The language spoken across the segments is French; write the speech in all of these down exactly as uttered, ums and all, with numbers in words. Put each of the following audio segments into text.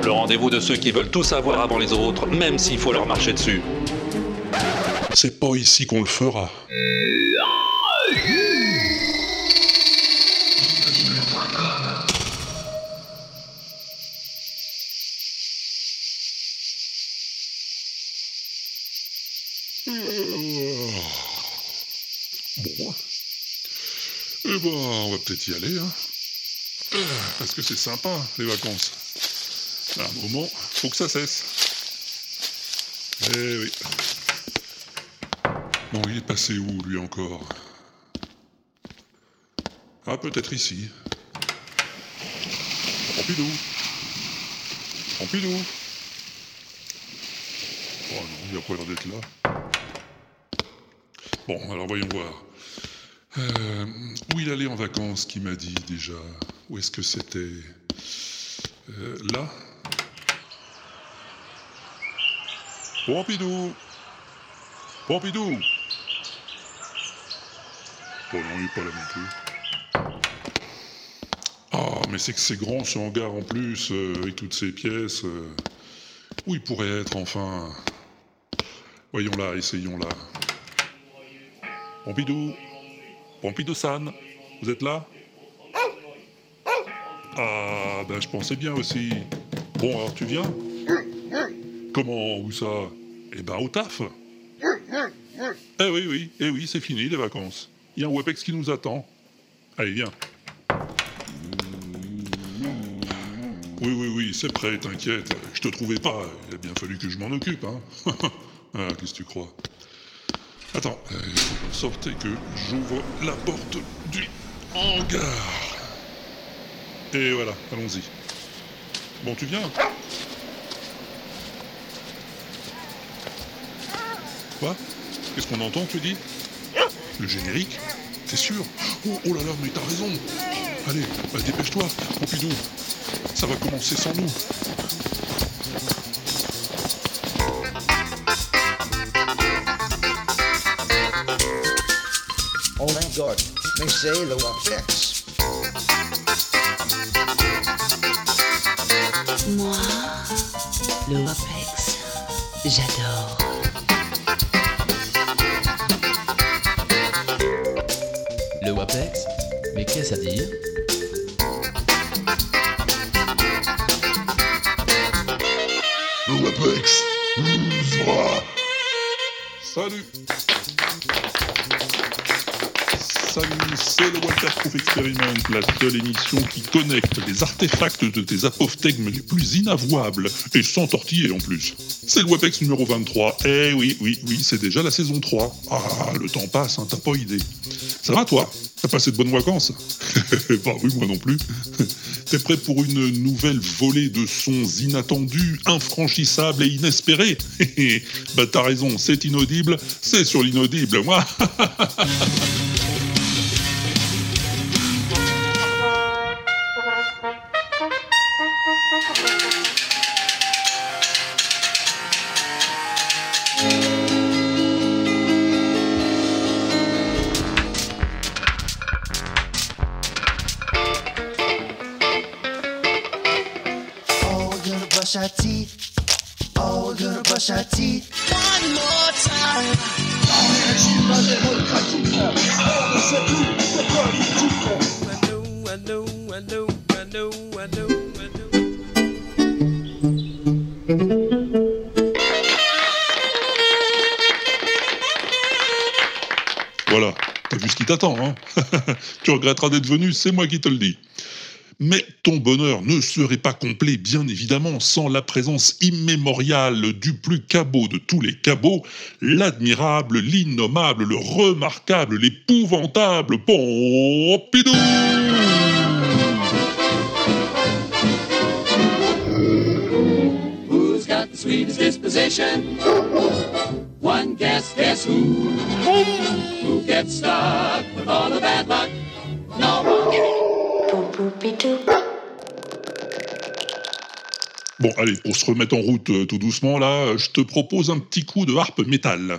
Le rendez-vous de ceux qui veulent tout savoir avant les autres, même s'il faut leur marcher dessus. C'est pas ici qu'on le fera. Bon. Eh ben, on va peut-être y aller, hein. Parce que c'est sympa, les vacances. À un moment, faut que ça cesse. Eh oui. Bon, il est passé où, lui, encore? Ah, peut-être ici. Pompidou. Pompidou. Oh non, il a pas l'air d'être là. Bon, alors voyons voir. Euh, où il allait en vacances, qui m'a dit déjà? Où est-ce que c'était? euh, Là? Pompidou! Pompidou! Oh non, il n'est pas là non plus. Ah, mais c'est que c'est grand ce hangar en plus, euh, avec toutes ces pièces. Euh, où il pourrait être, enfin? Voyons là, essayons là. Pompidou! Pompidou-san, vous êtes là? Ah, ben je pensais bien aussi. Bon, alors tu viens? Comment, où ça? Eh ben au taf. Eh oui, oui, eh oui, c'est fini les vacances. Il y a un WebEx qui nous attend. Allez, viens. Oui, oui, oui, c'est prêt, t'inquiète. Je te trouvais pas, il a bien fallu que je m'en occupe, hein. Ah, qu'est-ce que tu crois? Attends, il faut que sortez que j'ouvre la porte du hangar. Et voilà, allons-y. Bon, tu viens? Quoi? Qu'est-ce qu'on entend, tu dis? Le générique? T'es sûr? Oh, oh là là, mais t'as raison. Allez, bah, dépêche-toi, Pompidou. Ça va commencer sans nous. Oh my God, mais c'est le WebEx. Moi, le WebEx, j'adore. Le WebEx? Mais qu'est-ce à dire? Le WebEx. Salut. Salut, c'est le Waterproof Experiment, la seule émission qui connecte les artefacts de tes apophthegmes les plus inavouables, et sans tortiller en plus. C'est le WebEx numéro vingt-trois, eh oui, oui, oui, c'est déjà la saison trois. Ah, le temps passe, hein, t'as pas idée. Ça va toi? T'as passé de bonnes vacances? Bah oui, moi non plus. T'es prêt pour une nouvelle volée de sons inattendus, infranchissables et inespérés? Bah t'as raison, c'est inaudible, c'est sur l'inaudible, moi. Brush our teeth. Oh, we're gonna brush our teeth. One more time. I know, I know, I know, I know, I know. Voilà, t'as vu ce qui t'attend, hein? Tu regretteras d'être venu, c'est moi qui te le dis. Mais ton bonheur ne serait pas complet, bien évidemment, sans la présence immémoriale du plus cabot de tous les cabots, l'admirable, l'innommable, le remarquable, l'épouvantable Pompidou! Who's got the sweetest disposition? One guess, guess who? Who gets stuck with all the bad luck? No one. Bon, allez, pour se remettre en route euh, tout doucement, là, je te propose un petit coup de harpe métal.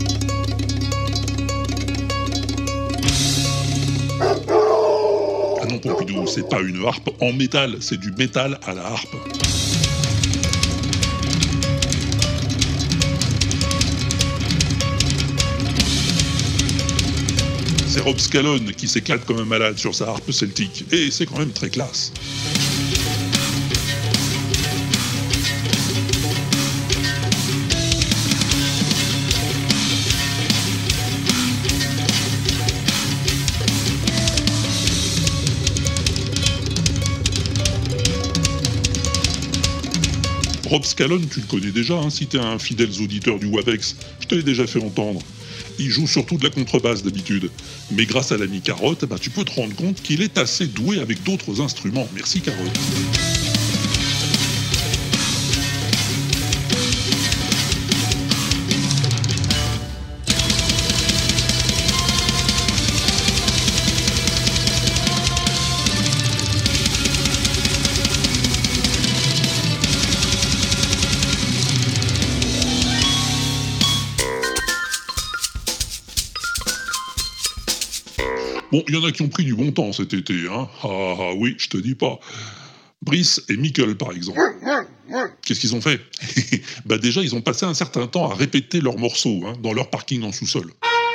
Ah non, non, Pompidou, c'est pas une harpe en métal, c'est du métal à la harpe. C'est Rob Scallone qui s'éclate comme un malade sur sa harpe celtique, et c'est quand même très classe. Rob Scallone, tu le connais déjà, hein, si t'es un fidèle auditeur du WAPEX, je te l'ai déjà fait entendre. Il joue surtout de la contrebasse d'habitude, mais grâce à l'ami Carotte, bah, tu peux te rendre compte qu'il est assez doué avec d'autres instruments. Merci Carotte. Bon, il y en a qui ont pris du bon temps cet été, hein. Ah, ah oui, je te dis pas. Brice et Mickle, par exemple. Qu'est-ce qu'ils ont fait? Bah déjà, ils ont passé un certain temps à répéter leurs morceaux, hein, dans leur parking en sous-sol.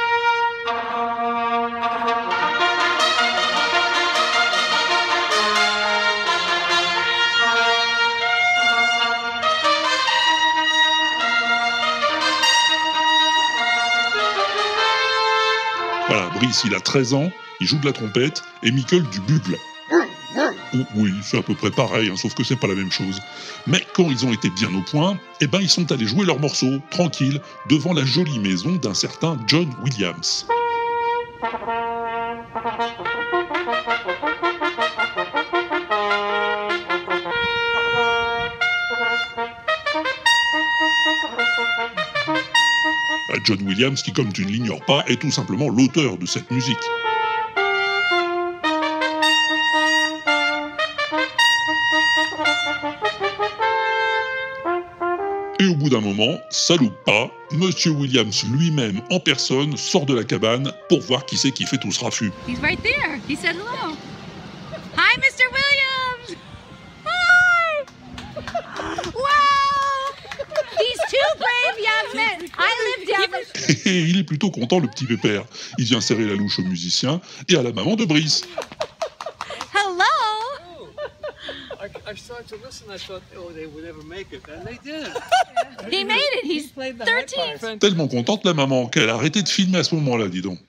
Voilà, Brice, il a treize ans, il joue de la trompette, et Mickle du bugle. Oh, oui, c'est à peu près pareil, hein, sauf que c'est pas la même chose. Mais quand ils ont été bien au point, eh ben ils sont allés jouer leurs morceaux, tranquilles, devant la jolie maison d'un certain John Williams. John Williams, qui, comme tu ne l'ignores pas, est tout simplement l'auteur de cette musique. Et au bout d'un moment, ça loupe pas, Monsieur Williams lui-même en personne sort de la cabane pour voir qui c'est qui fait tout ce raffut. He's right there. He said hello. Hi, Mister Williams. Hi. Wow. He's too brave, young man. I live down the... Et il est plutôt content, le petit pépère. Il vient serrer la louche au musicien et à la maman de Brice. Hello. I started to listen, I thought, oh, they would never make it, and they did. He made it. He's thirteen. Tellement contente la maman qu'elle a arrêté de filmer à ce moment-là, dis donc.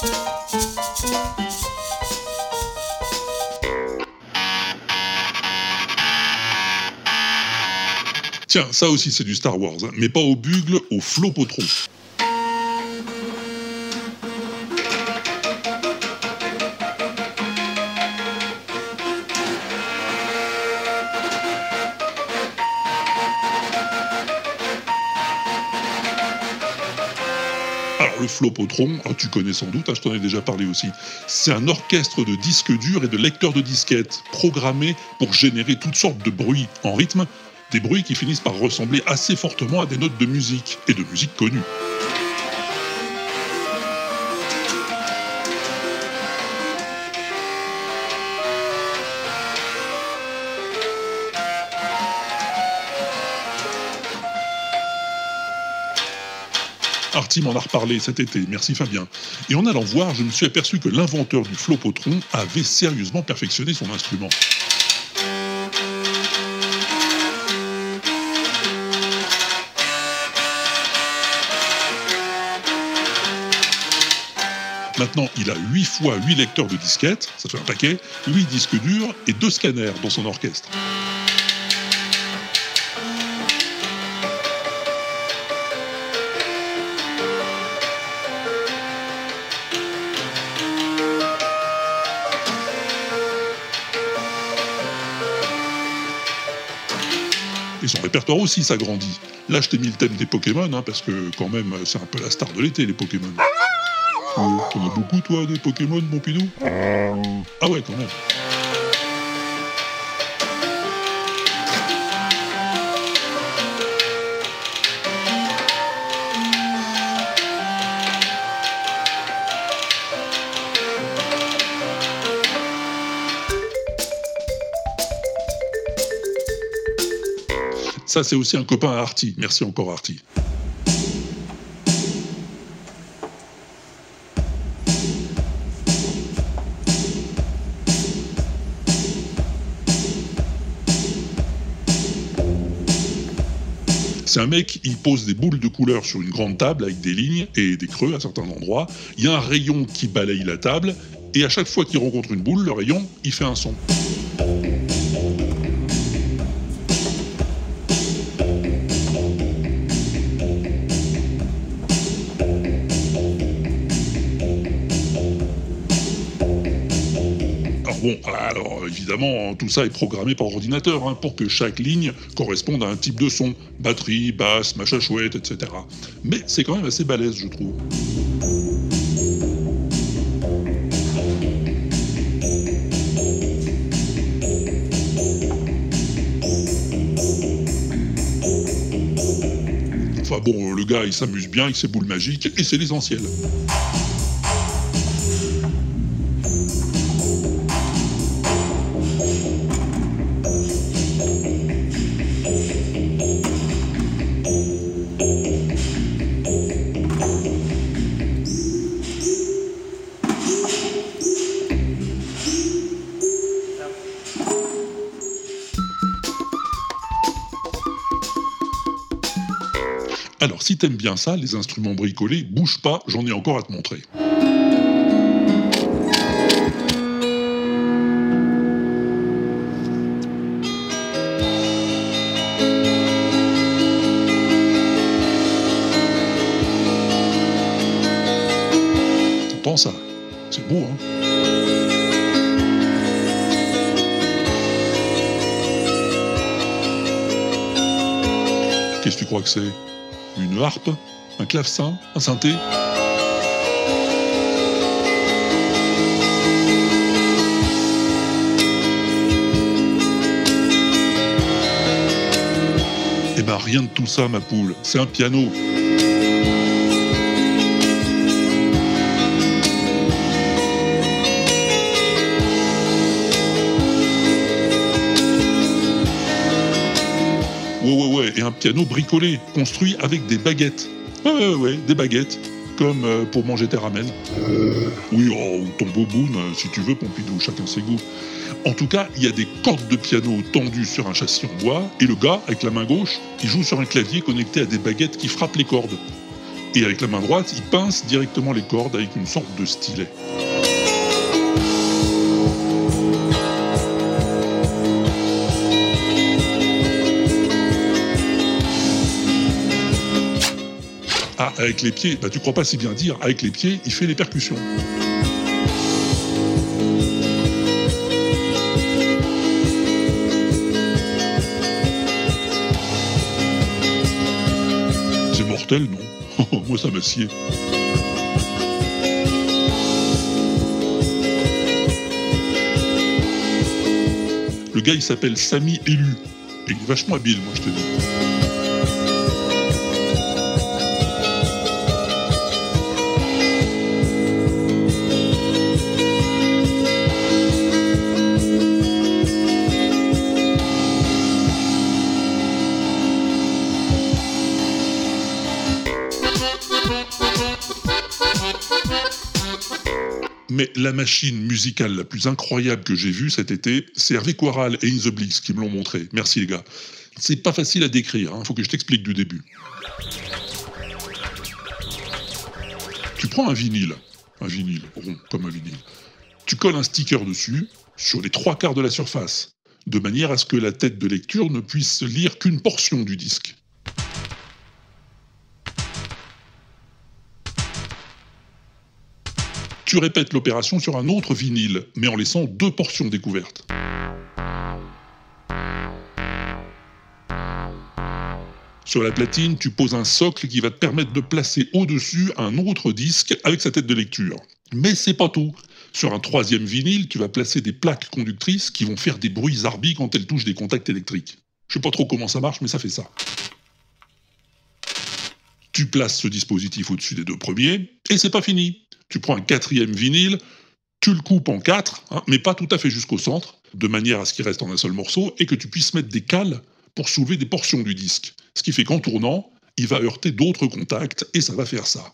Tiens, ça aussi c'est du Star Wars, hein, mais pas au bugle, au flopotron. Alors le flopotron, ah, tu connais sans doute, hein, je t'en ai déjà parlé aussi, c'est un orchestre de disques durs et de lecteurs de disquettes, programmé pour générer toutes sortes de bruits en rythme, des bruits qui finissent par ressembler assez fortement à des notes de musique, et de musique connue. Artie m'en a reparlé cet été, merci Fabien. Et en allant voir, je me suis aperçu que l'inventeur du flopotron avait sérieusement perfectionné son instrument. Maintenant, il a huit fois huit lecteurs de disquettes, ça fait un paquet, huit disques durs et deux scanners dans son orchestre. Et son répertoire aussi s'agrandit. Là, je t'ai mis le thème des Pokémon, hein, parce que quand même, c'est un peu la star de l'été, les Pokémon. Euh, T'en as beaucoup, toi, des Pokémon, mon Pidou ? Ah ouais, quand même. Ça, c'est aussi un copain à Artie. Merci encore, Artie. C'est un mec, il pose des boules de couleur sur une grande table avec des lignes et des creux à certains endroits. Il y a un rayon qui balaye la table, et à chaque fois qu'il rencontre une boule, le rayon, il fait un son. Bon, alors évidemment, tout ça est programmé par ordinateur, hein, pour que chaque ligne corresponde à un type de son, batterie, basse, machin chouette, et cetera. Mais c'est quand même assez balèze, je trouve. Enfin bon, le gars, il s'amuse bien avec ses boules magiques, et c'est l'essentiel. Alors, si t'aimes bien ça, les instruments bricolés, bouge pas, j'en ai encore à te montrer. T'entends ça? C'est beau, hein? Qu'est-ce que tu crois que c'est? Une harpe? Un clavecin? Un synthé? Eh ben rien de tout ça, ma poule, c'est un piano. Ouais, ouais, ouais, et un piano bricolé, construit avec des baguettes. Ouais, ouais, ouais, des baguettes, comme euh, pour manger tes ramen. Oui, oh, ton boboon, euh, si tu veux, Pompidou, chacun ses goûts. En tout cas, il y a des cordes de piano tendues sur un châssis en bois, et le gars, avec la main gauche, il joue sur un clavier connecté à des baguettes qui frappent les cordes. Et avec la main droite, il pince directement les cordes avec une sorte de stylet. Ah, avec les pieds, bah tu crois pas si bien dire, avec les pieds, il fait les percussions. C'est mortel, non? Moi ça m'assied. Le gars il s'appelle Sami Élu, et il est vachement habile, moi je te dis. Mais la machine musicale la plus incroyable que j'ai vue cet été, c'est Hervé Coiral et In The Blix qui me l'ont montré. Merci les gars. C'est pas facile à décrire, hein. Faut que je t'explique du début. Tu prends un vinyle, un vinyle rond comme un vinyle. Tu colles un sticker dessus, sur les trois quarts de la surface, de manière à ce que la tête de lecture ne puisse lire qu'une portion du disque. Tu répètes l'opération sur un autre vinyle, mais en laissant deux portions découvertes. Sur la platine, tu poses un socle qui va te permettre de placer au-dessus un autre disque avec sa tête de lecture. Mais c'est pas tout. Sur un troisième vinyle, tu vas placer des plaques conductrices qui vont faire des bruits zarbi quand elles touchent des contacts électriques. Je sais pas trop comment ça marche, mais ça fait ça. Tu places ce dispositif au-dessus des deux premiers, et c'est pas fini. Tu prends un quatrième vinyle, tu le coupes en quatre, hein, mais pas tout à fait jusqu'au centre, de manière à ce qu'il reste en un seul morceau, et que tu puisses mettre des cales pour soulever des portions du disque. Ce qui fait qu'en tournant, il va heurter d'autres contacts et ça va faire ça.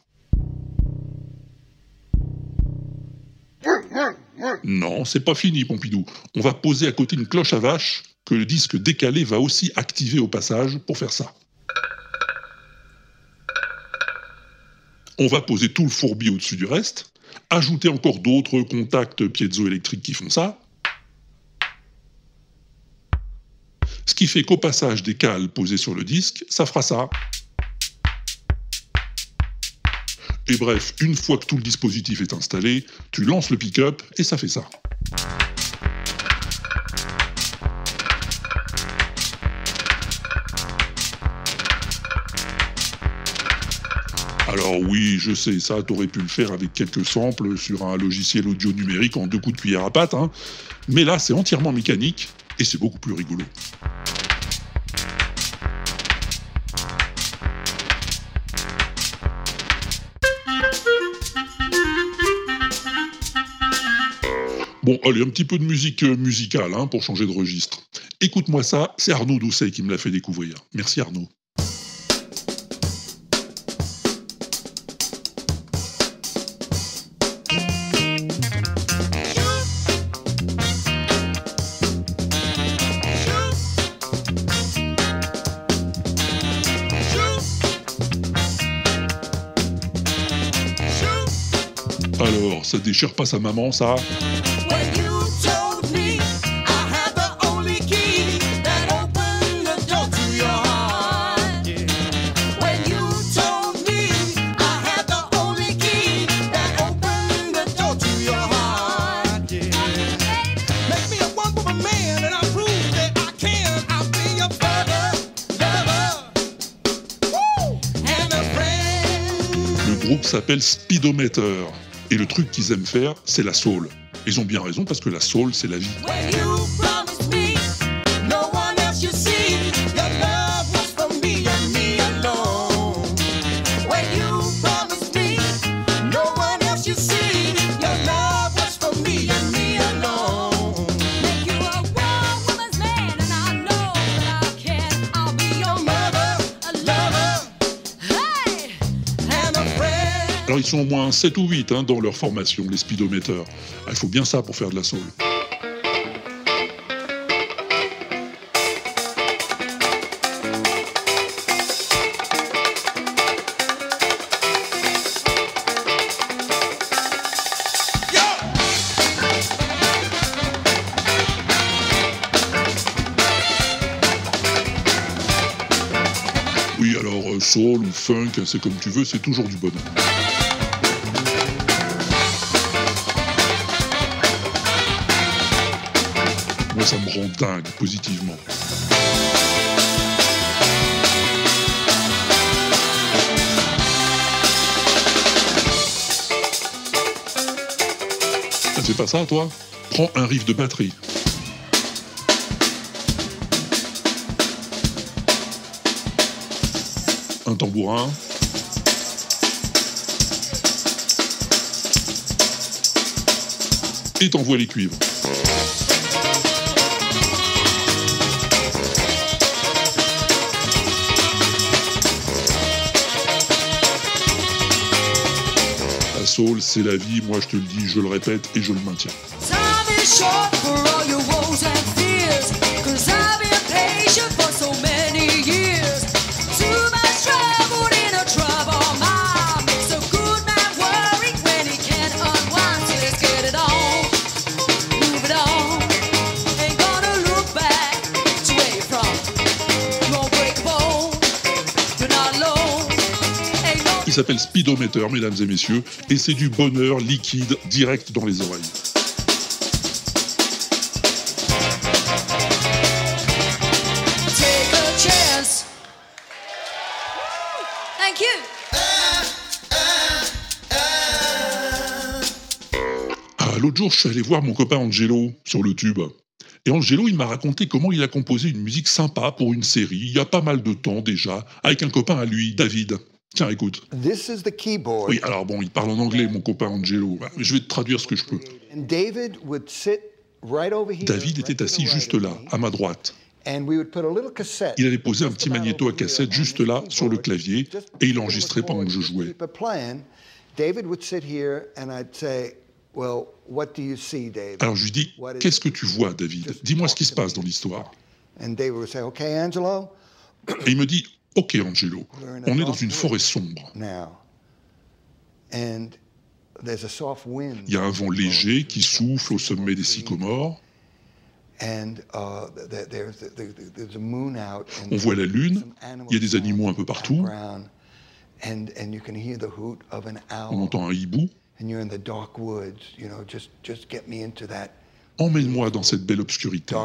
Non, c'est pas fini, Pompidou. On va poser à côté une cloche à vache que le disque décalé va aussi activer au passage pour faire ça. On va poser tout le fourbi au-dessus du reste, ajouter encore d'autres contacts piézoélectriques qui font ça, ce qui fait qu'au passage des cales posées sur le disque, ça fera ça. Et bref, une fois que tout le dispositif est installé, tu lances le pick-up et ça fait ça. Alors oui, je sais, ça, t'aurais pu le faire avec quelques samples sur un logiciel audio numérique en deux coups de cuillère à patte, hein. Mais là, c'est entièrement mécanique et c'est beaucoup plus rigolo. Bon, allez, un petit peu de musique euh, musicale hein, pour changer de registre. Écoute-moi ça, c'est Arnaud Doucet qui me l'a fait découvrir. Merci Arnaud. Alors, ça déchire pas sa maman, ça ? Le groupe s'appelle Speedometer. Et le truc qu'ils aiment faire, c'est la soul. Ils ont bien raison parce que la soul, c'est la vie. Alors ils sont au moins sept ou huit hein, dans leur formation, les speedometers. Ah, il faut bien ça pour faire de la soul. Oui, alors euh, soul ou funk, c'est comme tu veux, c'est toujours du bonheur. Moi, ça me rend dingue, positivement. Ça te fait pas ça, toi ? Prends un riff de batterie. Un tambourin. Et t'envoies les cuivres. La soul, c'est la vie, moi je te le dis, je le répète et je le maintiens. Il s'appelle Speedometer, mesdames et messieurs, et c'est du bonheur liquide direct dans les oreilles. Take a chance. Thank you. Ah, l'autre jour, je suis allé voir mon copain Angelo sur le tube. Et Angelo, il m'a raconté comment il a composé une musique sympa pour une série, il y a pas mal de temps déjà, avec un copain à lui, David. Tiens, écoute. This is the keyboard. Oui, alors bon, il parle en anglais, mon copain Angelo. Je vais te traduire ce que je peux. And David would sit right over here, David right était to the assis right juste of là, me. à ma droite. Il avait posé un petit magnéto à cassette juste là, sur le clavier, et il enregistrait pendant que je jouais. Alors je lui dis, qu'est-ce que tu vois, David? Dis-moi ce qui se passe dans l'histoire. Et il me dit, ok, Angelo, on est dans une forêt sombre. Il y a un vent léger qui souffle au sommet des sycomores. On voit la lune, il y a des animaux un peu partout. On entend un hibou. Emmène-moi dans cette belle obscurité.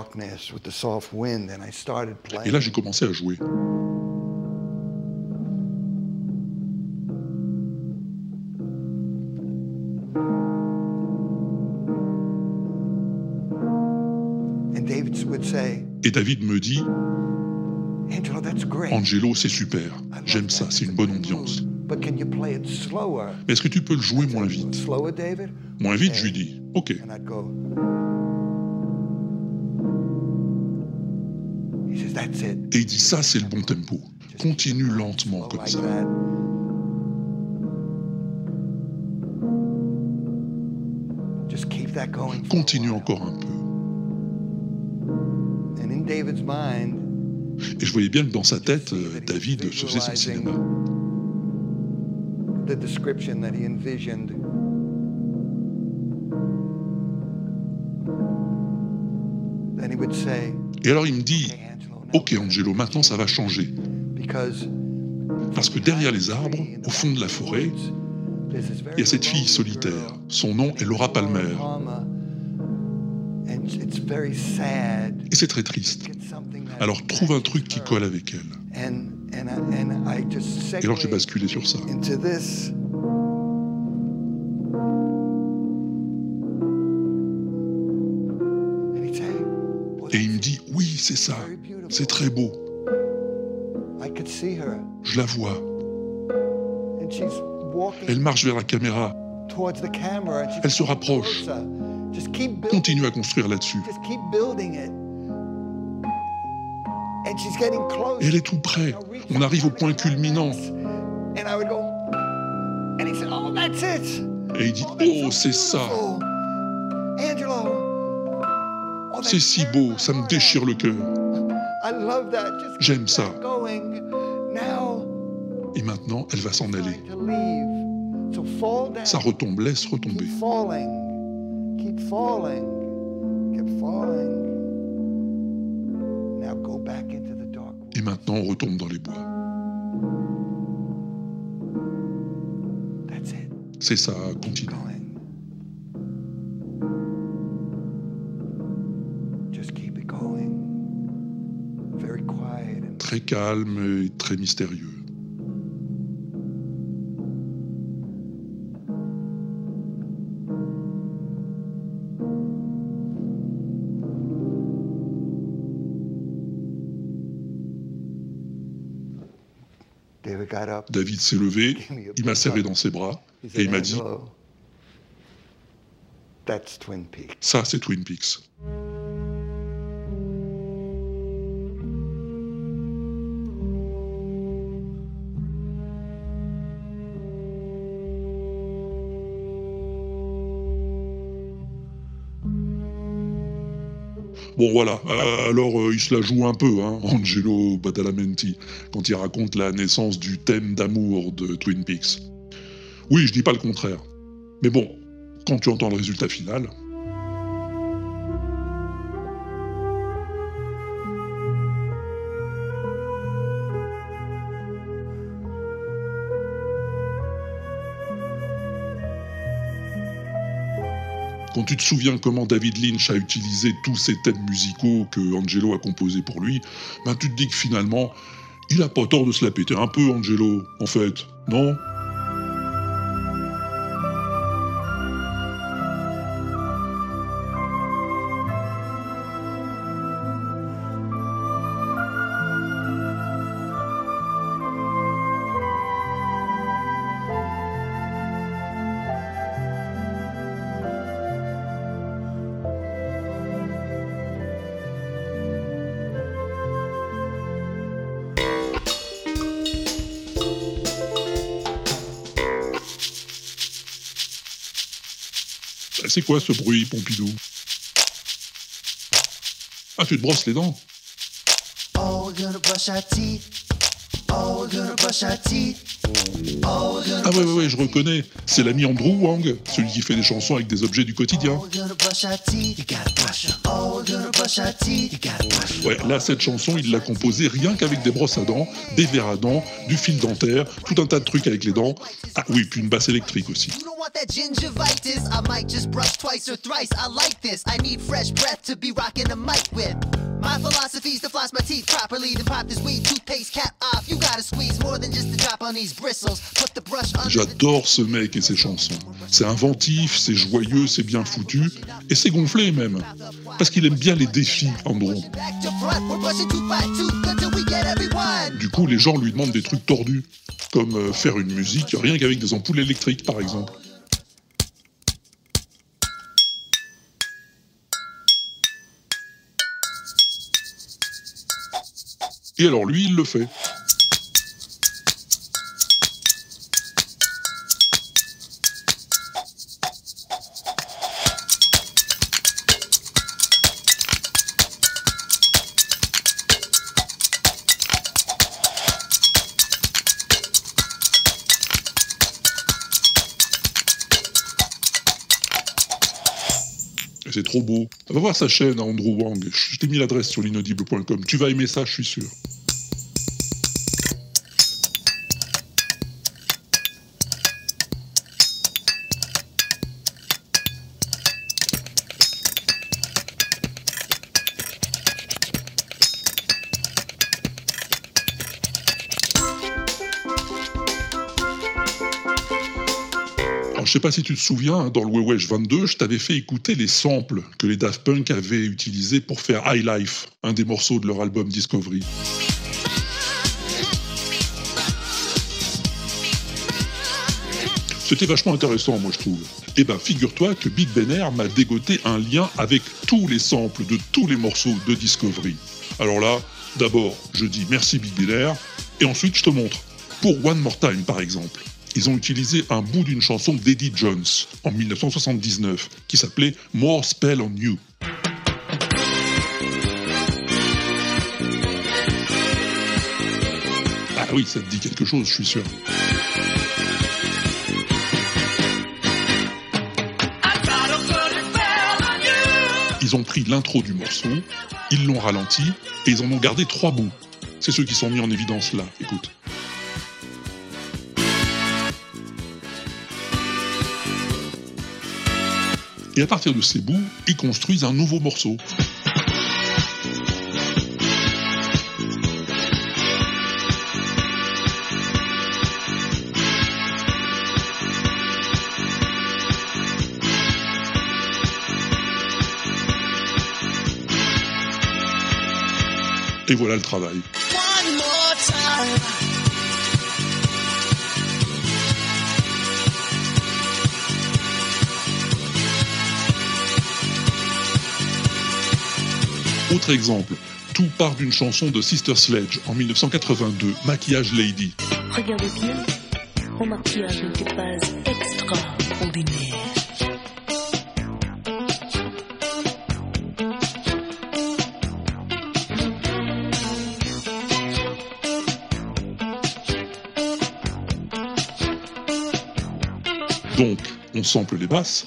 Et là, j'ai commencé à jouer. Et David me dit, Angelo, c'est super, j'aime ça, c'est une bonne ambiance. Mais est-ce que tu peux le jouer moins vite? Moins vite, je lui dis, ok. Et il dit, ça c'est le bon tempo, continue lentement comme ça. Continue encore un peu. Et je voyais bien que dans sa tête, David se faisait son cinéma. Et alors il me dit, ok Angelo, maintenant ça va changer. Parce que derrière les arbres, au fond de la forêt, il y a cette fille solitaire. Son nom est Laura Palmer. Et c'est très triste. Alors trouve un truc qui colle avec elle. Et alors j'ai basculé sur ça. Et il me dit, oui, c'est ça. C'est très beau. Je la vois. Elle marche vers la caméra. Elle se rapproche. Continue à construire là-dessus. Et elle est tout près. On arrive au point culminant. Et il dit, oh, c'est ça. C'est si beau, ça me déchire le cœur. J'aime ça. Et maintenant, elle va s'en aller. Ça retombe, laisse retomber. Et maintenant, on retombe dans les bois. C'est ça, continue. Très calme et très mystérieux. David s'est levé, il m'a serré dans ses bras et il m'a dit « Ça, c'est Twin Peaks ». Bon voilà, euh, alors euh, il se la joue un peu, hein, Angelo Badalamenti, quand il raconte la naissance du thème d'amour de Twin Peaks. Oui, je dis pas le contraire. Mais bon, quand tu entends le résultat final... Quand tu te souviens comment David Lynch a utilisé tous ces thèmes musicaux que Angelo a composés pour lui, ben tu te dis que finalement, il a pas tort de se la péter un peu, Angelo, en fait, non ? C'est quoi ce bruit, Pompidou? Ah, tu te brosses les dents? Oh, we're gonna brush our teeth. Oh, we're gonna brush our teeth. Oh, we're gonna Ah ouais, ouais, ouais, je reconnais. C'est l'ami Andrew Wang, celui qui fait des chansons avec des objets du quotidien. Oh, we're gonna brush our teeth. You gotta brush 'em. Oh, we're gonna brush our teeth. You gotta brush 'em. Ouais, là, cette chanson, il l'a composée rien qu'avec des brosses à dents, des verres à dents, du fil dentaire, tout un tas de trucs avec les dents. Ah oui, puis une basse électrique aussi. You don't want that gingivitis? I might just brush twice or thrice. I like this. I need fresh breath to be rocking a mic with. My philosophy's to floss my teeth properly, to pop this weed toothpaste cap off. You gotta squeeze more than just a drop on these bristles. Put the brush under the... J'adore ce mec et ses chansons. C'est inventif, c'est joyeux, c'est bien foutu, et c'est gonflé même. Parce qu'il aime bien les défis, Andrew. Back to front, we're brushing tooth by tooth until we get everyone. Du coup, les gens lui demandent des trucs tordus, comme euh, faire une musique rien qu'avec des ampoules électriques, par exemple. Et alors lui, il le fait. C'est trop beau. Va voir sa chaîne, Andrew Wang. Je t'ai mis l'adresse sur l'inaudible point com. Tu vas aimer ça, je suis sûr. Alors, je sais pas si tu te souviens, dans le Wewesh vingt-deux, je t'avais fait écouter les samples que les Daft Punk avaient utilisés pour faire High Life, un des morceaux de leur album Discovery. C'était vachement intéressant, moi je trouve. Eh ben, figure-toi que Big Ben Air m'a dégoté un lien avec tous les samples de tous les morceaux de Discovery. Alors là, d'abord, je dis merci Big Ben Air, et ensuite je te montre. Pour One More Time, par exemple, ils ont utilisé un bout d'une chanson d'Eddie Jones en mille neuf cent soixante-dix-neuf qui s'appelait More Spell on You. Ah oui, ça te dit quelque chose, je suis sûr. Ils ont pris l'intro du morceau, ils l'ont ralenti et ils en ont gardé trois bouts. C'est ceux qui sont mis en évidence là, écoute. Et à partir de ces bouts, ils construisent un nouveau morceau. Et voilà le travail. One more time. Autre exemple, tout part d'une chanson de Sister Sledge en mille neuf cent quatre-vingt-deux, Maquillage Lady. Regardez bien, mon maquillage n'était pas extraordinaire. Donc, on sample les basses.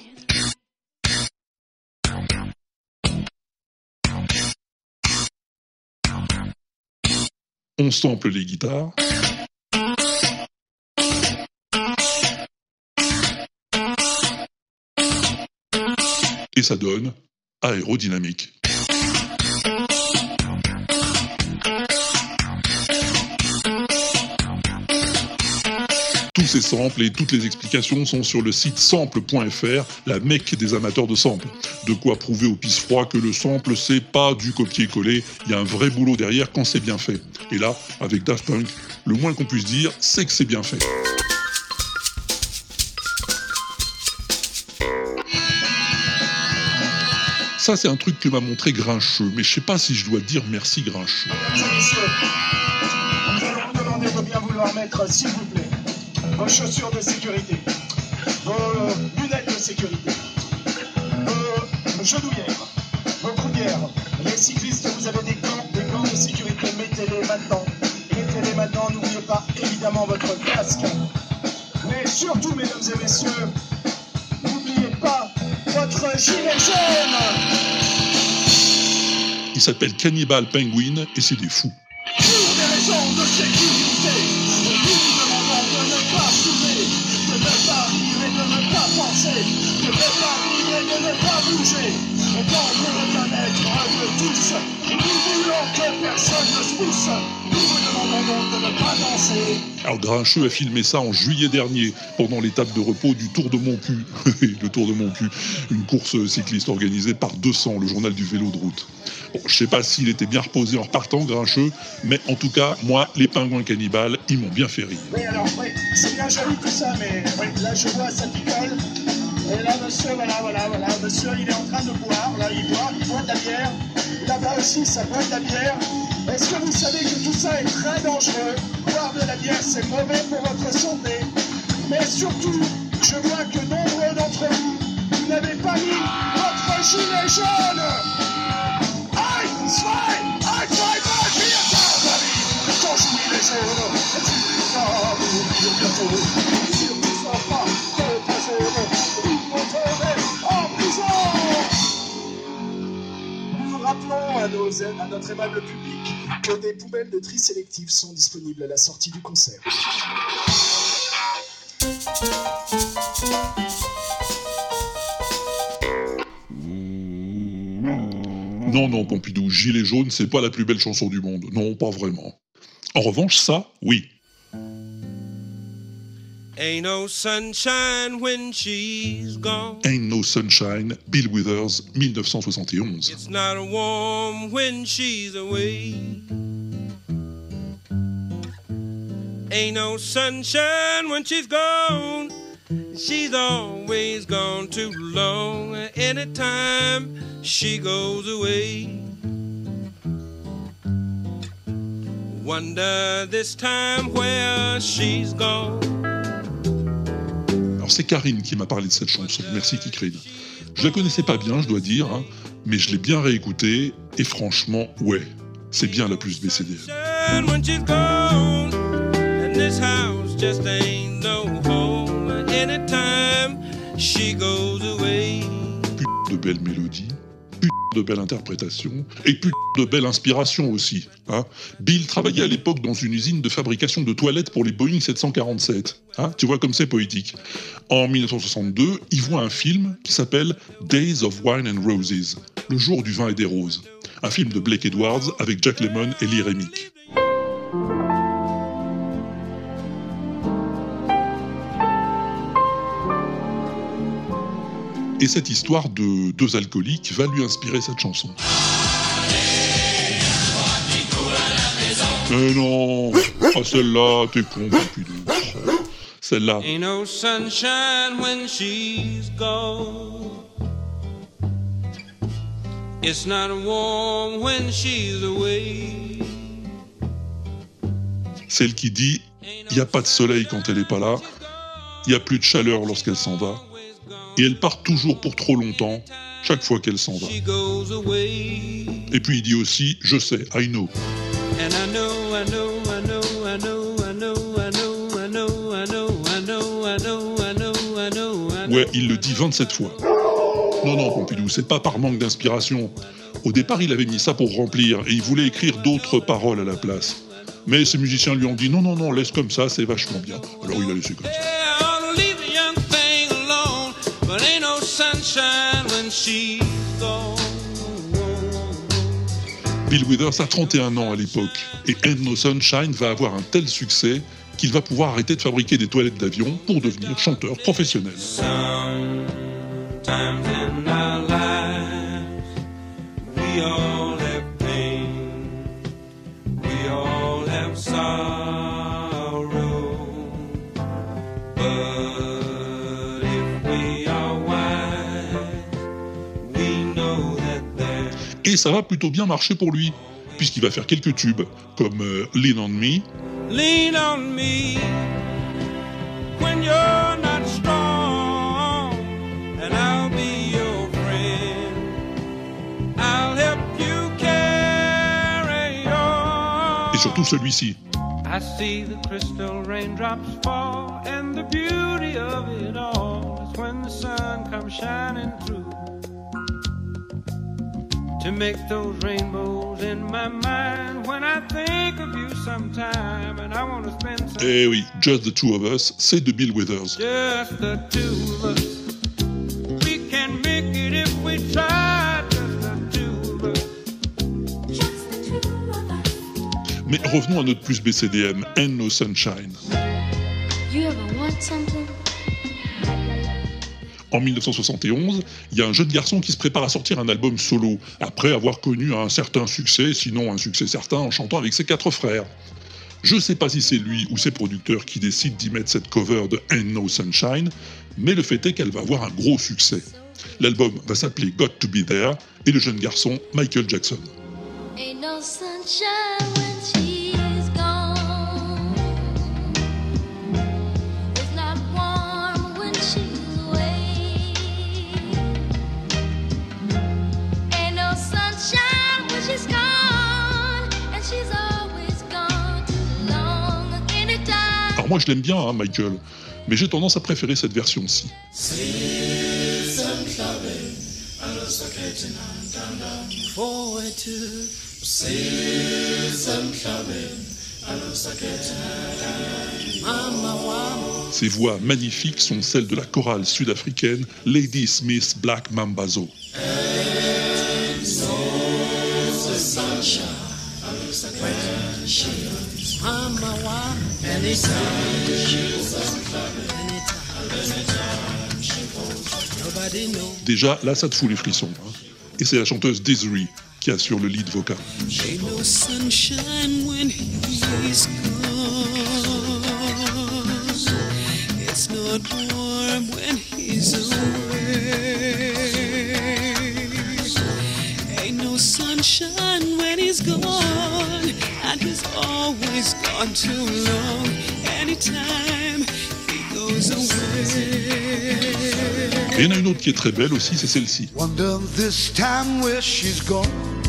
On sample les guitares. Et ça donne aérodynamique. Tous ces samples et toutes les explications sont sur le site sample point f r, la mecque des amateurs de samples. De quoi prouver au pisse froid que le sample, c'est pas du copier-coller, il y a un vrai boulot derrière quand c'est bien fait. Et là, avec Daft Punk, le moins qu'on puisse dire, c'est que c'est bien fait. Ça, c'est un truc que m'a montré Grincheux, mais je sais pas si je dois dire merci Grincheux. Nous allons vous demander de bien vouloir mettre, s'il vous plaît, vos chaussures de sécurité, vos lunettes de sécurité, genouillères, vos croupières. Les cyclistes, vous avez des gants, des gants de sécurité, mettez-les maintenant. Mettez-les maintenant, n'oubliez pas évidemment votre casque. Mais surtout, mesdames et messieurs, n'oubliez pas votre gilet jaune. Il s'appelle Cannibal Penguin et c'est des fous. Pour des raisons de sécurité, nous vous demandons de ne pas bouger, de ne pas rire et de ne pas penser, de ne pas rire et de ne pas bouger. Et dans pour le bien-être de tous, nous voulons que personne ne se pousse. Nous vous demandons donc de ne pas danser. Alors Grincheux a filmé ça en juillet dernier, pendant l'étape de repos du Tour de Montcu. Le Tour de Montcu, une course cycliste organisée par deux cents, le journal du vélo de route. Bon, je sais pas s'il était bien reposé en repartant, Grincheux, mais en tout cas, moi, les pingouins cannibales, ils m'ont bien fait rire. Oui, alors, oui, c'est bien joli tout ça, mais oui, là, je vois, ça picole. Et là, monsieur, voilà, voilà, voilà, monsieur, il est en train de boire, là, il boit, il boit de la bière. Là-bas aussi, ça boit de la bière. Est-ce que vous savez que tout ça est très dangereux? Boire de la bière, c'est mauvais pour votre santé. Mais surtout, je vois que nombreux d'entre vous, vous n'avez pas mis votre gilet jaune. Ein, zwei, ein, zwei, drei, vier, fünf, ton gilet jaune, tu vas mourir bientôt. Surtout sois pas de ta zone, ils vont tomber en prison. Nous rappelons à, nos, à notre aimable public que des poubelles de tri sélectif sont disponibles à la sortie du concert. Non, non, Pompidou, Gilet jaune, c'est pas la plus belle chanson du monde. Non, pas vraiment. En revanche, ça, oui. Ain't no sunshine when she's gone. Ain't No Sunshine, Bill Withers, dix-neuf cent soixante et onze. It's not warm when she's away. Ain't no sunshine when she's gone. She's always gone too long. Anytime she goes away. Wonder this time where she's gone. Alors c'est Karine qui m'a parlé de cette chanson, merci Kikrid. Je la connaissais pas bien, je dois dire, hein, mais je l'ai bien réécoutée, et franchement, ouais, c'est bien la plus B C D M. Putain de belle mélodie, putain de belle interprétation, et putain de belle inspiration aussi. Hein. Bill travaillait à l'époque dans une usine de fabrication de toilettes pour les Boeing sept cent quarante-sept. Hein, tu vois comme c'est poétique. En dix-neuf cent soixante-deux, il voit un film qui s'appelle Days of Wine and Roses, le jour du vin et des roses. Un film de Blake Edwards avec Jack Lemmon et Lee Remick. Et cette histoire de deux alcooliques va lui inspirer cette chanson. Mais non, ah celle-là, t'es con, Pompidou. Celle-là. Ain't no sunshine when she's gone. It's not warm when she's away. Celle qui dit, il n'y a pas de soleil quand elle n'est pas là, il n'y a plus de chaleur lorsqu'elle s'en va, et elle part toujours pour trop longtemps, chaque fois qu'elle s'en va. Et puis il dit aussi, je sais, I know. Ouais, il le dit vingt-sept fois. Non, non, Pompidou, c'est pas par manque d'inspiration. Au départ, il avait mis ça pour remplir, et il voulait écrire d'autres paroles à la place. Mais ses musiciens lui ont dit, non, non, non, laisse comme ça, c'est vachement bien. Alors il a laissé comme ça. Bill Withers a trente et un ans à l'époque, et Ain't No Sunshine va avoir un tel succès qu'il va pouvoir arrêter de fabriquer des toilettes d'avion pour devenir chanteur professionnel. Et ça va plutôt bien marcher pour lui, puisqu'il va faire quelques tubes, comme euh, Lean on Me. Lean on me when you're not strong, and I'll be your friend. I'll help you carry on. Et surtout celui-ci. I see the crystal raindrops fall, and the beauty of it all is when the sun comes shining through to make those rainbows in my mind when I think of you sometime and I want to spend some. Eh oui, Just the Two of Us, c'est de Bill Withers. Just the two of us. We can make it if we try. Just the two of us. Just the two of us. Mais revenons à notre plus B C D M, Ain't No Sunshine. You ever want something? En dix-neuf cent soixante et onze, il y a un jeune garçon qui se prépare à sortir un album solo, après avoir connu un certain succès, sinon un succès certain, en chantant avec ses quatre frères. Je sais pas si c'est lui ou ses producteurs qui décident d'y mettre cette cover de Ain't No Sunshine, mais le fait est qu'elle va avoir un gros succès. L'album va s'appeler Got to Be There, et le jeune garçon, Michael Jackson. Ain't no sunshine when she's gone. It's not warm when she's away. Ain't no sunshine when she's gone, and she's always gone too long. Anytime. Alors moi je l'aime bien, hein, Michael, mais j'ai tendance à préférer cette version-ci. Forward to Ces voix magnifiques sont celles de la chorale sud-africaine Lady Smith Black Mambazo. Déjà, là, ça te fout les frissons. Hein. Et c'est la chanteuse Desiree qui assure le lead vocal. Ain't no sunshine when he's gone. It's not warm when he's away. Ain't no sunshine when he's gone, and he's always gone too long. Anytime he goes away. Et il y en a une autre qui est très belle aussi, c'est celle-ci. Wonder this time where she's gone.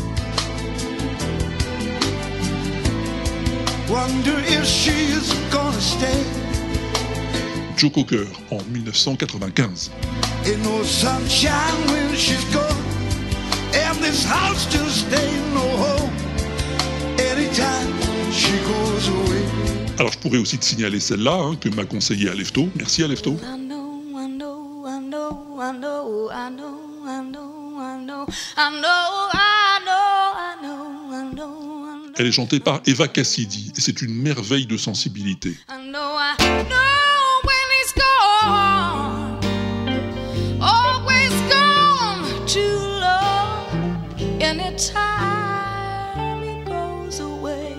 Wonder if she's gonna stay. Joe Cocker en dix-neuf cent quatre-vingt-quinze. Ain't no sunshine when she's gone, and this house just ain't no home. Anytime she goes away. Alors je pourrais aussi te signaler celle-là hein, que m'a conseillé Alefto. Merci Alefto. I know, I know, I know, I know, I know, I know, I know, I know, I know, I know. Elle est chantée par Eva Cassidy et c'est une merveille de sensibilité. I know, I know when he's gone, always gone too long. Anytime he goes away,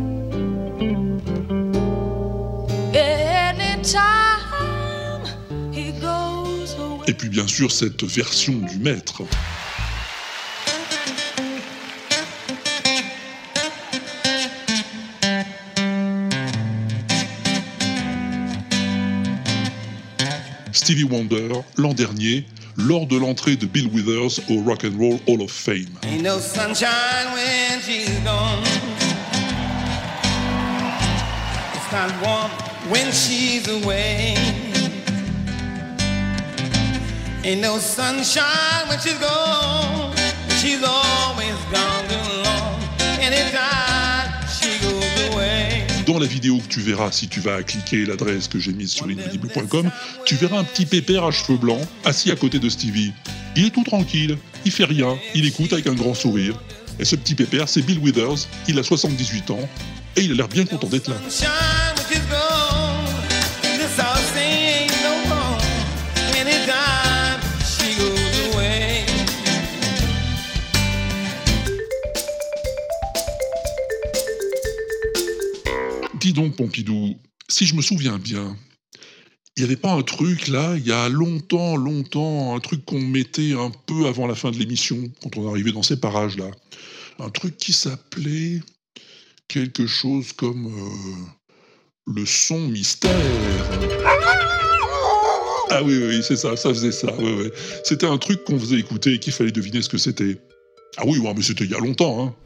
anytime he goes away. Et puis bien sûr cette version du maître. Stevie Wonder, l'an dernier, lors de l'entrée de Bill Withers au Rock and Roll Hall of Fame. Ain't no sunshine when she's gone. It's not warm when she's away. Ain't no sunshine when she's gone. She's always gone too long. Anytime she goes away. Dans la vidéo que tu verras si tu vas cliquer l'adresse que j'ai mise sur l'inaudible point com, tu verras un petit pépère à cheveux blancs assis à côté de Stevie. Il est tout tranquille, il fait rien, il écoute avec un grand sourire. Et ce petit pépère, c'est Bill Withers, il a soixante-dix-huit ans et il a l'air bien content d'être là. Dis donc, Pompidou, si je me souviens bien, il n'y avait pas un truc là, il y a longtemps, longtemps, un truc qu'on mettait un peu avant la fin de l'émission, quand on arrivait dans ces parages-là. Un truc qui s'appelait quelque chose comme euh, le son mystère. Ah oui, oui, c'est ça, ça faisait ça. Ouais, ouais. C'était un truc qu'on faisait écouter et qu'il fallait deviner ce que c'était. Ah oui, ouais, mais c'était il y a longtemps, hein.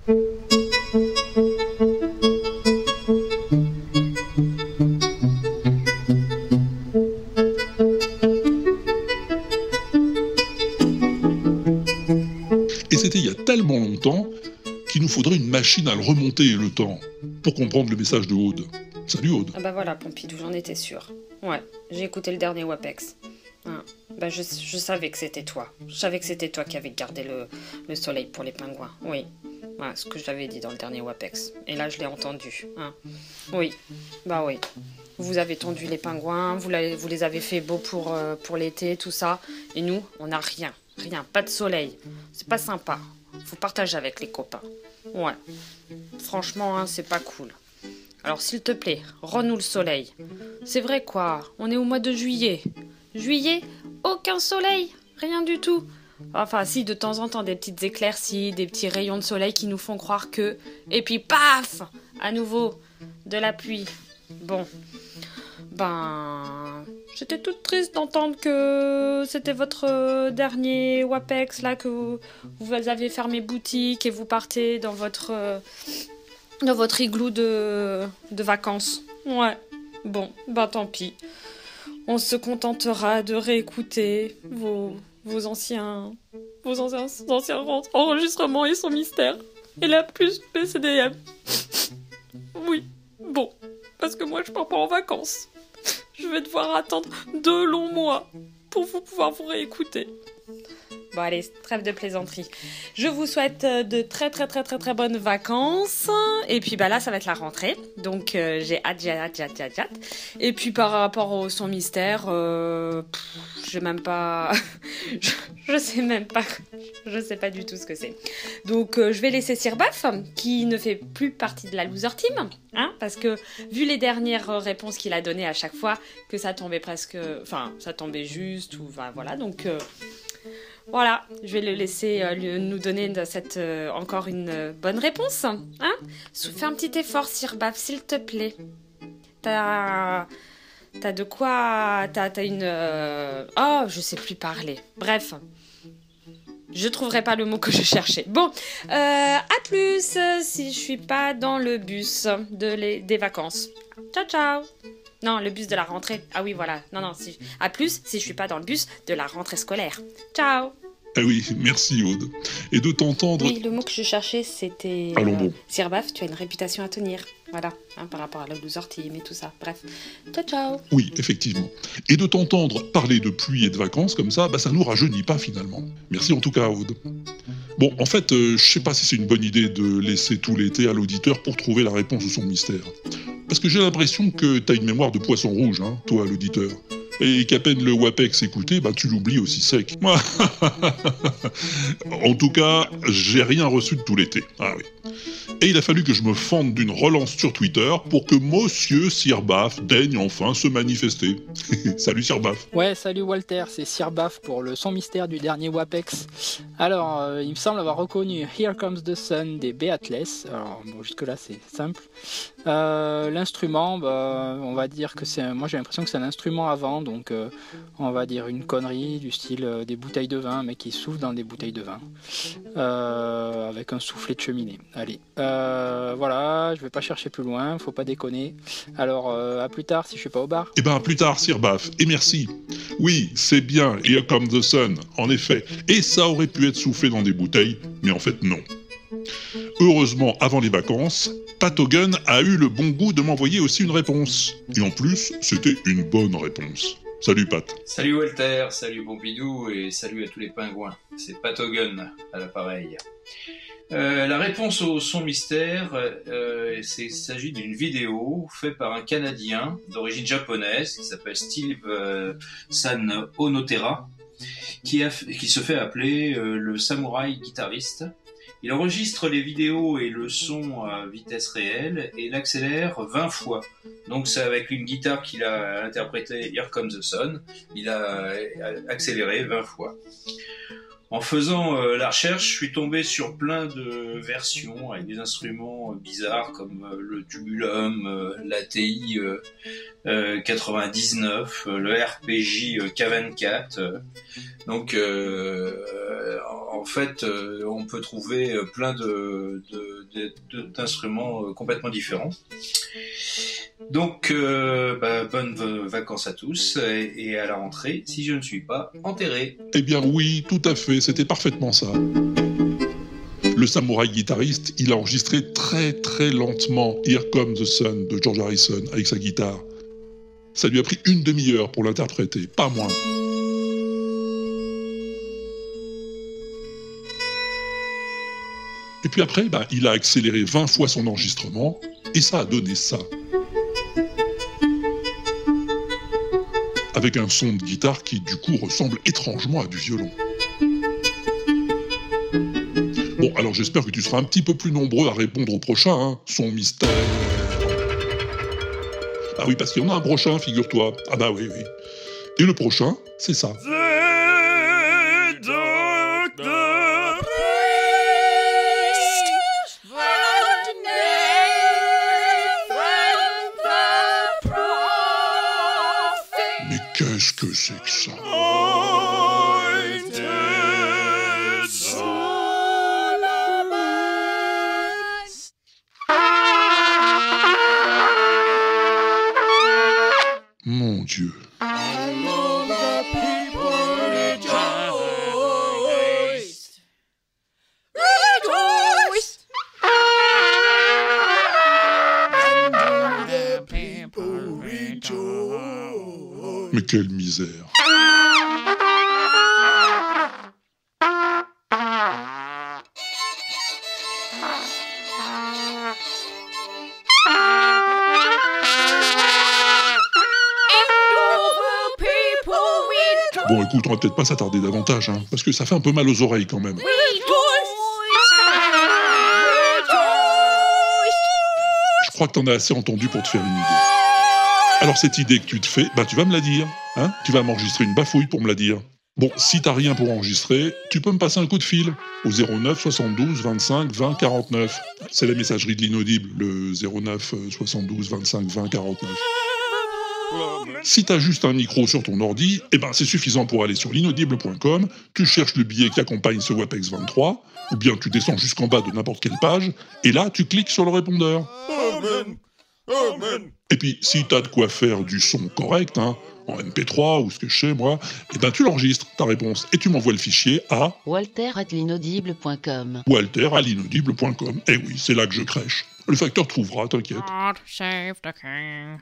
Et c'était il y a tellement longtemps qu'il nous faudrait une machine à le remonter, le temps, pour comprendre le message de Aude. Salut Aude. Ah bah voilà, Pompidou, j'en étais sûre. Ouais, j'ai écouté le dernier WAPEX. Ah, bah je, je savais que c'était toi. Je savais que c'était toi qui avais gardé le, le soleil pour les pingouins. Oui, voilà, ce que je t'avais dit dans le dernier WAPEX. Et là, je l'ai entendu. Hein. Oui, bah oui. Vous avez tondu les pingouins, vous, vous les avez fait beaux pour, euh, pour l'été, tout ça. Et nous, on n'a rien. Rien, pas de soleil. C'est pas sympa. Faut partager avec les copains. Ouais. Franchement, hein, c'est pas cool. Alors s'il te plaît, rends-nous le soleil. C'est vrai quoi, on est au mois de juillet. Juillet, aucun soleil, rien du tout. Enfin si, de temps en temps, des petites éclaircies, des petits rayons de soleil qui nous font croire que... Et puis paf, à nouveau, de la pluie. Bon, ben... J'étais toute triste d'entendre que c'était votre dernier WAPEX, là, que vous, vous avez fermé boutique et vous partez dans votre... dans votre igloo de, de vacances. Ouais, bon, ben tant pis. On se contentera de réécouter vos, vos anciens vos anciens, anciens enregistrements et son mystère. Et la plus P C D M. Oui, bon, parce que moi je pars pas en vacances. Je vais devoir attendre deux longs mois pour vous pouvoir vous réécouter. Bon allez, trêve de plaisanterie. Je vous souhaite de très très très très très bonnes vacances. Et puis bah là, ça va être la rentrée. Donc euh, j'ai hâte, j'ai hâte, j'ai hâte, j'ai hâte. Et puis par rapport au son mystère, euh, pff, j'ai même pas... je, je sais même pas... Je sais pas du tout ce que c'est. Donc euh, je vais laisser Sirbaf, qui ne fait plus partie de la loser team. Hein, parce que vu les dernières réponses qu'il a données à chaque fois, que ça tombait presque... Enfin, ça tombait juste, ou enfin, voilà, donc... Euh, Voilà, je vais le laisser euh, lui, nous donner de cette, euh, encore une euh, bonne réponse. Hein, fais un petit effort, Sirbaf, s'il te plaît. T'as... T'as de quoi... T'as, t'as une... Euh... Oh, je sais plus parler. Bref. Je trouverai pas le mot que je cherchais. Bon, euh, à plus si je suis pas dans le bus de les, des vacances. Ciao, ciao. Non, le bus de la rentrée. Ah oui, voilà. Non, non, si... à plus si je suis pas dans le bus de la rentrée scolaire. Ciao. Ah oui, merci Aude. Et de t'entendre... Oui, le mot que je cherchais, c'était... Allons bon. Euh, Sirbaf, tu as une réputation à tenir. Voilà, hein, par rapport à la loser team et tout ça. Bref. Ciao, ciao. Oui, effectivement. Et de t'entendre parler de pluie et de vacances comme ça, bah ça nous rajeunit pas finalement. Merci en tout cas Aude. Bon, en fait, euh, je sais pas si c'est une bonne idée de laisser tout l'été à l'auditeur pour trouver la réponse de son mystère. Parce que j'ai l'impression que t'as une mémoire de poisson rouge, hein, toi l'auditeur. Et qu'à peine le WAPEX écouté, bah tu l'oublies aussi sec. En tout cas, j'ai rien reçu de tout l'été. Ah oui. Et il a fallu que je me fende d'une relance sur Twitter pour que Monsieur Sirbaf daigne enfin se manifester. Salut Sirbaf. Ouais, salut Walter, c'est Sirbaf pour le son mystère du dernier WAPEX. Alors, euh, il me semble avoir reconnu Here Comes the Sun des Beatles. Alors, bon, jusque-là, c'est simple. Euh, l'instrument, bah, on va dire que c'est... Un... Moi, j'ai l'impression que c'est un instrument à vent, donc euh, on va dire une connerie du style euh, des bouteilles de vin, mais qui souffle dans des bouteilles de vin. Euh, avec un soufflet de cheminée. Allez. Euh, voilà, je vais pas chercher plus loin, faut pas déconner. Alors, euh, à plus tard si je suis pas au bar. Eh ben, à plus tard, Sirbaf, et merci. Oui, c'est bien, Here Comes the Sun, en effet. Et ça aurait pu être soufflé dans des bouteilles, mais en fait, non. Heureusement, avant les vacances, Patogun a eu le bon goût de m'envoyer aussi une réponse. Et en plus, c'était une bonne réponse. Salut Pat. Salut Walter, salut Pompidou et salut à tous les pingouins. C'est Patogun à l'appareil. Euh, la réponse au son mystère, euh, il s'agit d'une vidéo faite par un Canadien d'origine japonaise qui s'appelle Steve euh, San Onotera, qui, a, qui se fait appeler euh, le samouraï guitariste. Il enregistre les vidéos et le son à vitesse réelle et l'accélère vingt fois. Donc c'est avec une guitare qu'il a interprété Here Comes the Sun, il a accéléré vingt fois. En faisant euh, la recherche, je suis tombé sur plein de versions avec des instruments euh, bizarres comme euh, le tubulum, euh, l'A T I euh, euh, quatre-vingt-dix-neuf, euh, le R P J euh, K vingt-quatre. Euh, donc euh, en en fait, euh, on peut trouver plein de, de, de, de, d'instruments complètement différents. Donc, euh, bah, bonnes vacances à tous et, et à la rentrée, si je ne suis pas enterré. Eh bien oui, tout à fait, c'était parfaitement ça. Le samouraï guitariste, il a enregistré très très lentement Here Comes the Sun de George Harrison avec sa guitare. Ça lui a pris une demi-heure pour l'interpréter, pas moins. Et puis après, bah, il a accéléré vingt fois son enregistrement, et ça a donné ça. Avec un son de guitare qui, du coup, ressemble étrangement à du violon. Bon, alors j'espère que tu seras un petit peu plus nombreux à répondre au prochain, hein, son mystère. Ah oui, parce qu'il y en a un prochain, figure-toi. Ah bah oui, oui. Et le prochain, c'est ça. Mais qu'est-ce que c'est que ça ? Mon Dieu. Mais quelle misère. Bon, écoute, on va peut-être pas s'attarder davantage, hein, parce que ça fait un peu mal aux oreilles quand même. Je crois que t'en as assez entendu pour te faire une idée. Alors cette idée que tu te fais, bah tu vas me la dire, hein. Tu vas m'enregistrer une bafouille pour me la dire. Bon, si t'as rien pour enregistrer, tu peux me passer un coup de fil au zéro neuf soixante-douze vingt-cinq vingt quarante-neuf. C'est la messagerie de l'inaudible, le zéro neuf soixante-douze vingt-cinq vingt quarante-neuf. Si t'as juste un micro sur ton ordi, eh ben c'est suffisant pour aller sur l'inaudible point com, tu cherches le billet qui accompagne ce WAPEX vingt-trois, ou bien tu descends jusqu'en bas de n'importe quelle page, et là tu cliques sur le répondeur. Amen. Amen. Et puis si t'as de quoi faire du son correct, hein, en M P trois ou ce que je sais moi, eh ben tu l'enregistres, ta réponse, et tu m'envoies le fichier à walter arobase l'inaudible point com. walter arobase l'inaudible point com. Eh oui, c'est là que je crèche. Le facteur trouvera, t'inquiète. God save the king.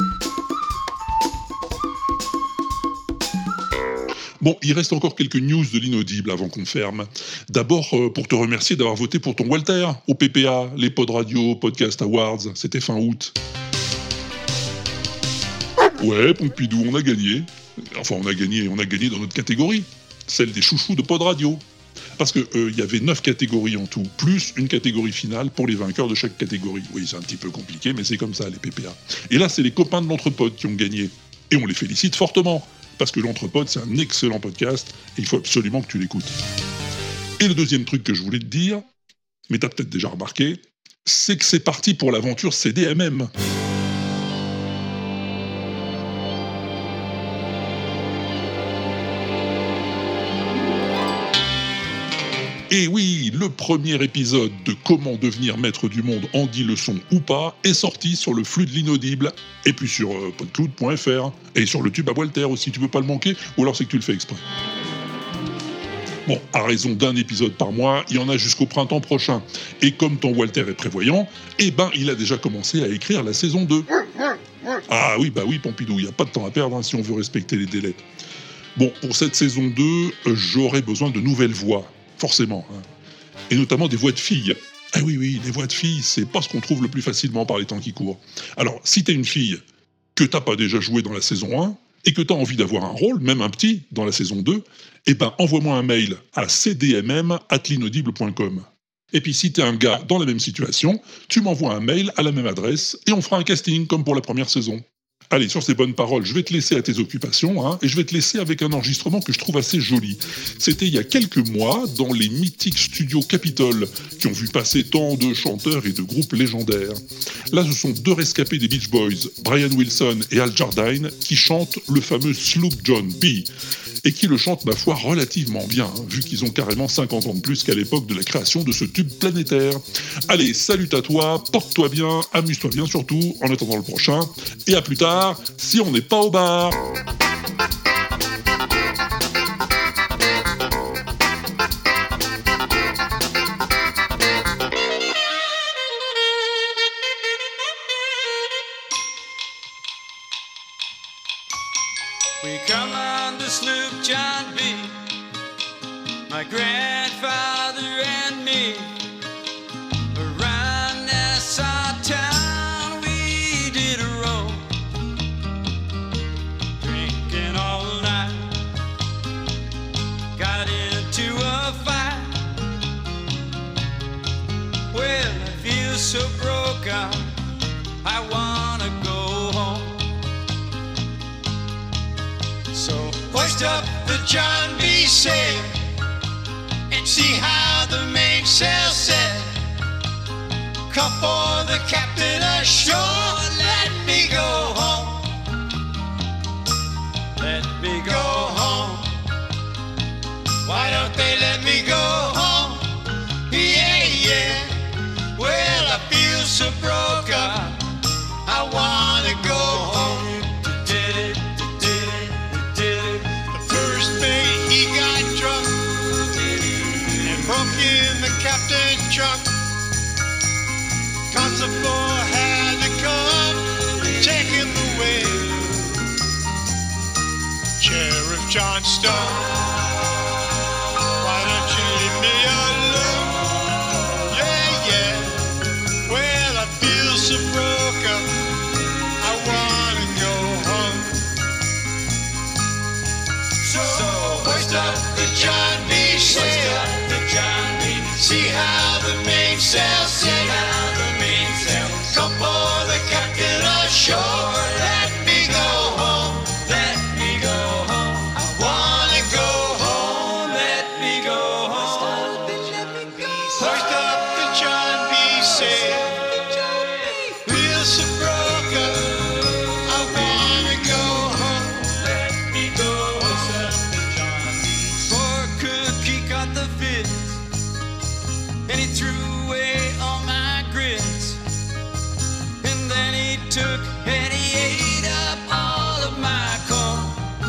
Bon, il reste encore quelques news de l'inaudible avant qu'on ferme. D'abord, euh, pour te remercier d'avoir voté pour ton Walter au P P A, les Pod Radio Podcast Awards, c'était fin août. Ouais, Pompidou, on a gagné. Enfin, on a gagné, on a gagné dans notre catégorie, celle des chouchous de Pod Radio. Parce qu'il euh, y avait neuf catégories en tout, plus une catégorie finale pour les vainqueurs de chaque catégorie. Oui, c'est un petit peu compliqué, mais c'est comme ça, les P P A. Et là, c'est les copains de l'Entrepode qui ont gagné. Et on les félicite fortement. Parce que l'Entrepode, c'est un excellent podcast, et il faut absolument que tu l'écoutes. Et le deuxième truc que je voulais te dire, mais t'as peut-être déjà remarqué, c'est que c'est parti pour l'aventure C D M M. Et oui, le premier épisode de Comment devenir maître du monde en dix leçons ou pas est sorti sur le flux de l'inaudible, et puis sur euh, podcloud point f r, et sur le tube à Walter aussi, tu veux pas le manquer, ou alors c'est que tu le fais exprès. Bon, à raison d'un épisode par mois, il y en a jusqu'au printemps prochain. Et comme ton Walter est prévoyant, eh ben il a déjà commencé à écrire la saison deux. Ah oui, bah oui, Pompidou, il n'y a pas de temps à perdre hein, si on veut respecter les délais. Bon, pour cette saison deux, euh, j'aurai besoin de nouvelles voix. Forcément, hein. Et notamment des voix de filles. Ah oui, oui, les voix de filles, c'est pas ce qu'on trouve le plus facilement par les temps qui courent. Alors, si t'es une fille que t'as pas déjà joué dans la saison un, et que t'as envie d'avoir un rôle, même un petit, dans la saison deux, eh ben envoie-moi un mail à c d m m arobase l'inaudible point com. Et puis si t'es un gars dans la même situation, tu m'envoies un mail à la même adresse, et on fera un casting comme pour la première saison. Allez, sur ces bonnes paroles, je vais te laisser à tes occupations, hein, et je vais te laisser avec un enregistrement que je trouve assez joli. C'était il y a quelques mois, dans les mythiques studios Capitol, qui ont vu passer tant de chanteurs et de groupes légendaires. Là, ce sont deux rescapés des Beach Boys, Brian Wilson et Al Jardine, qui chantent le fameux Sloop John B. et qui le chantent, ma foi, relativement bien, hein, vu qu'ils ont carrément cinquante ans de plus qu'à l'époque de la création de ce tube planétaire. Allez, salut à toi, porte-toi bien, amuse-toi bien surtout, en attendant le prochain, et à plus tard, si on n'est pas au bar. We come on the sloop John B, my grandfather and me. Around Nassau town we did a roll, drinking all night, got into a fight. Well, I feel so broken, I wanna go home. So hoist up the John B. sail and see how the mainsail set. Come for the captain ashore, let me go home. Let me go home. Why don't they let me go home? Yeah, yeah. Well, I feel so broken, I wanna go home. He got drunk and broke in the captain's trunk. Constable had to come and take him away. Sheriff John Stone, why don't you leave me alone? Yeah, yeah. Well, I feel so broken, I wanna go home. So, hoist up the John B. sail, see how the mainsail set. Come for the captain ashore, let me go home, let me go home. I wanna go home, let me go home. Hoist up the John B. sail, feel so broken, I wanna go home, let me go home. Poor cook, he got the fits, and he threw away all my grits. And then he took and he ate up all of my corn.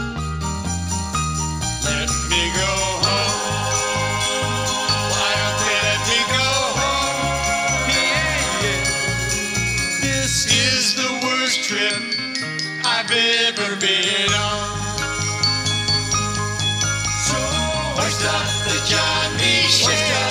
Let me go home. Why don't they let me go home? Yeah, yeah. This is the worst trip I've ever been on. So hoist up the John B. sail.